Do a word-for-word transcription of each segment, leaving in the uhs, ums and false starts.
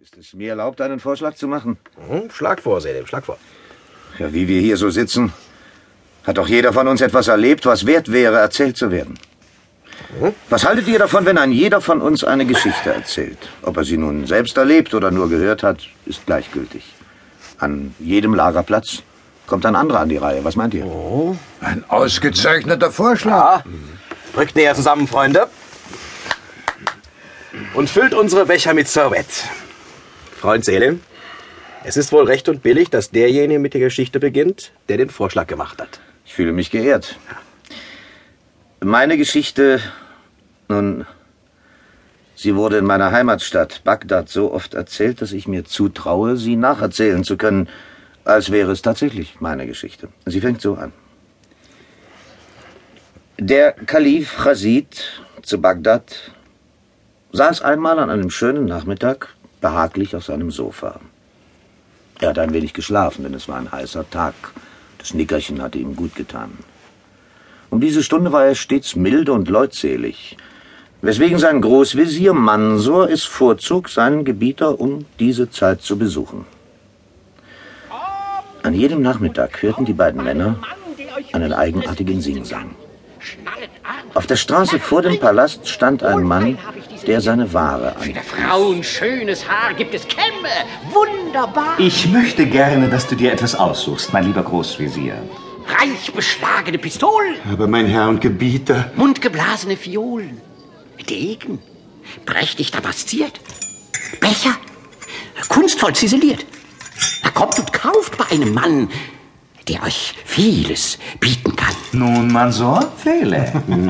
Ist es mir erlaubt, einen Vorschlag zu machen? Mhm. Schlag vor, Selim, schlag vor. Ja, wie wir hier so sitzen, hat doch jeder von uns etwas erlebt, was wert wäre, erzählt zu werden. Mhm. Was haltet ihr davon, wenn ein jeder von uns eine Geschichte erzählt? Ob er sie nun selbst erlebt oder nur gehört hat, ist gleichgültig. An jedem Lagerplatz kommt ein anderer an die Reihe. Was meint ihr? Oh. Ein ausgezeichneter Vorschlag. Ja. Rückt näher zusammen, Freunde. Und füllt unsere Becher mit Sorbet. Freund Selim, es ist wohl recht und billig, dass derjenige mit der Geschichte beginnt, der den Vorschlag gemacht hat. Ich fühle mich geehrt. Meine Geschichte, nun, sie wurde in meiner Heimatstadt Bagdad so oft erzählt, dass ich mir zutraue, sie nacherzählen zu können, als wäre es tatsächlich meine Geschichte. Sie fängt so an. Der Kalif Chazid zu Bagdad saß einmal an einem schönen Nachmittag behaglich auf seinem Sofa. Er hat ein wenig geschlafen, denn es war ein heißer Tag. Das Nickerchen hatte ihm gut getan. Um diese Stunde war er stets milde und leutselig, weswegen sein Großvezier Mansur es vorzog, seinen Gebieter um diese Zeit zu besuchen. An jedem Nachmittag hörten die beiden Männer einen eigenartigen Singsang. Auf der Straße vor dem Palast stand ein Mann, der seine Ware Für die Frauen schönes Haar gibt es Kämme. Wunderbar. Ich möchte gerne, dass du dir etwas aussuchst, mein lieber Großvezier. Reich beschlagene Pistolen. Aber mein Herr und Gebieter... Mundgeblasene Violen. Degen. Prächtig damasziert. Becher. Kunstvoll ziseliert. Na, kommt und kauft bei einem Mann, der euch vieles bieten kann. Nun, Mansur, fehle.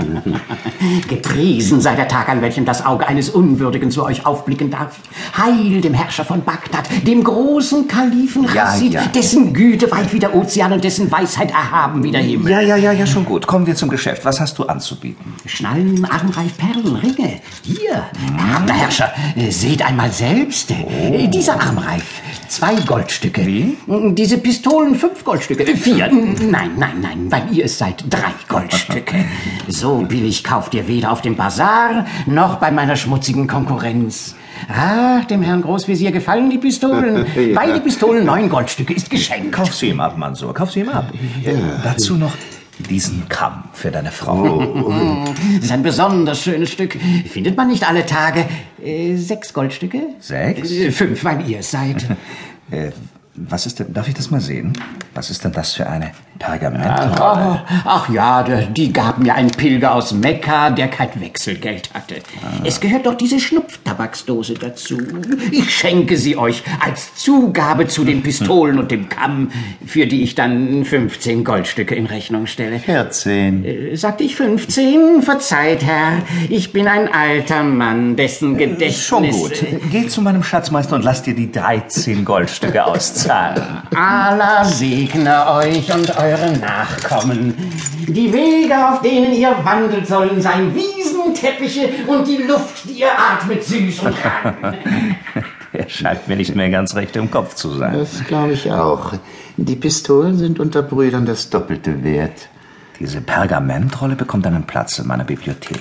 Gepriesen sei der Tag, an welchem das Auge eines Unwürdigen zu euch aufblicken darf. Heil dem Herrscher von Bagdad, dem großen Kalifen Chazid, ja, ja. dessen Güte weit wie der Ozean und dessen Weisheit erhaben wie der Himmel. Ja, ja, ja, ja, schon gut. Kommen wir zum Geschäft. Was hast du anzubieten? Schnallen, Armreif, Perlen, Ringe. Hier, erhabener Herrscher, seht einmal selbst. Oh. Dieser Armreif, zwei Goldstücke. Wie? Diese Pistolen, fünf Goldstücke. Vier. Nein, nein, nein, weil ihr es seid, drei Goldstücke. So billig kauft ihr weder auf dem Bazar noch bei meiner schmutzigen Konkurrenz. Ah, dem Herrn Großvezier gefallen die Pistolen. Ja. Beide Pistolen, neun Goldstücke, ist geschenkt. Kauf sie ihm ab, Mansur, kauf sie ihm ab. Ja. Äh, dazu noch diesen Kamm für deine Frau. Das ist ein besonders schönes Stück. Findet man nicht alle Tage. Äh, sechs Goldstücke? Sechs? Äh, fünf, weil ihr es seid. äh, Was ist denn, darf ich das mal sehen? Was ist denn das für eine Pergamentrolle? Ach, ach ja, die gab mir ein Pilger aus Mekka, der kein Wechselgeld hatte. Ah. Es gehört doch diese Schnupftabaksdose dazu. Ich schenke sie euch als Zugabe zu den Pistolen und dem Kamm, für die ich dann fünfzehn Goldstücke in Rechnung stelle. vierzehn. Äh, sagte ich fünfzehn? Verzeiht, Herr. Ich bin ein alter Mann, dessen Gedächtnis... Äh, schon gut. Geh zu meinem Schatzmeister und lass dir die dreizehn Goldstücke auszahlen. Allah segne euch und eure Nachkommen. Die Wege, auf denen ihr wandelt, sollen sein Wiesenteppiche und die Luft, die ihr atmet, süß und rein. Er scheint mir nicht mehr ganz recht im Kopf zu sein. Das glaube ich auch. Die Pistolen sind unter Brüdern das Doppelte wert. Diese Pergamentrolle bekommt einen Platz in meiner Bibliothek.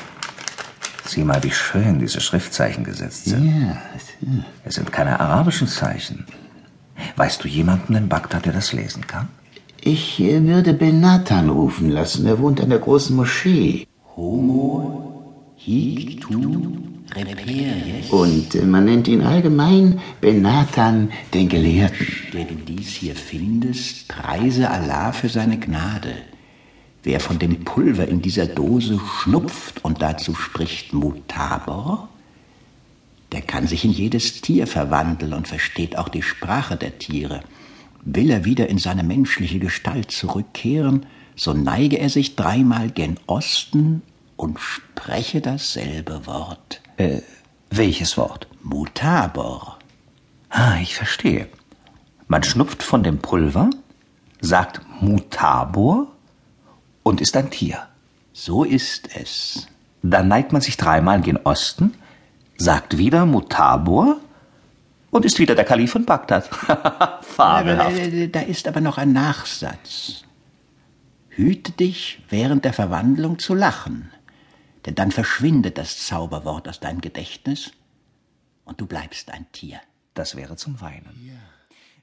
Sieh mal, wie schön diese Schriftzeichen gesetzt sind. Ja. Es sind keine arabischen Zeichen. Weißt du jemanden in Bagdad, der das lesen kann? Ich würde Ben Nathan rufen lassen. Er wohnt an der großen Moschee. Homo hic tu reperies. Und äh, man nennt ihn allgemein Ben Nathan, den Gelehrten. Der du dies hier findest, preise Allah für seine Gnade. Wer von dem Pulver in dieser Dose schnupft und dazu spricht Mutabor, der kann sich in jedes Tier verwandeln und versteht auch die Sprache der Tiere. Will er wieder in seine menschliche Gestalt zurückkehren, so neige er sich dreimal gen Osten und spreche dasselbe Wort. Äh, welches Wort? Mutabor. Ah, ich verstehe. Man schnupft von dem Pulver, sagt Mutabor und ist ein Tier. So ist es. Dann neigt man sich dreimal gen Osten, sagt wieder Mutabor und ist wieder der Kalif von Bagdad. Fabelhaft. Da ist aber noch ein Nachsatz. Hüte dich, während der Verwandlung zu lachen, denn dann verschwindet das Zauberwort aus deinem Gedächtnis und du bleibst ein Tier. Das wäre zum Weinen.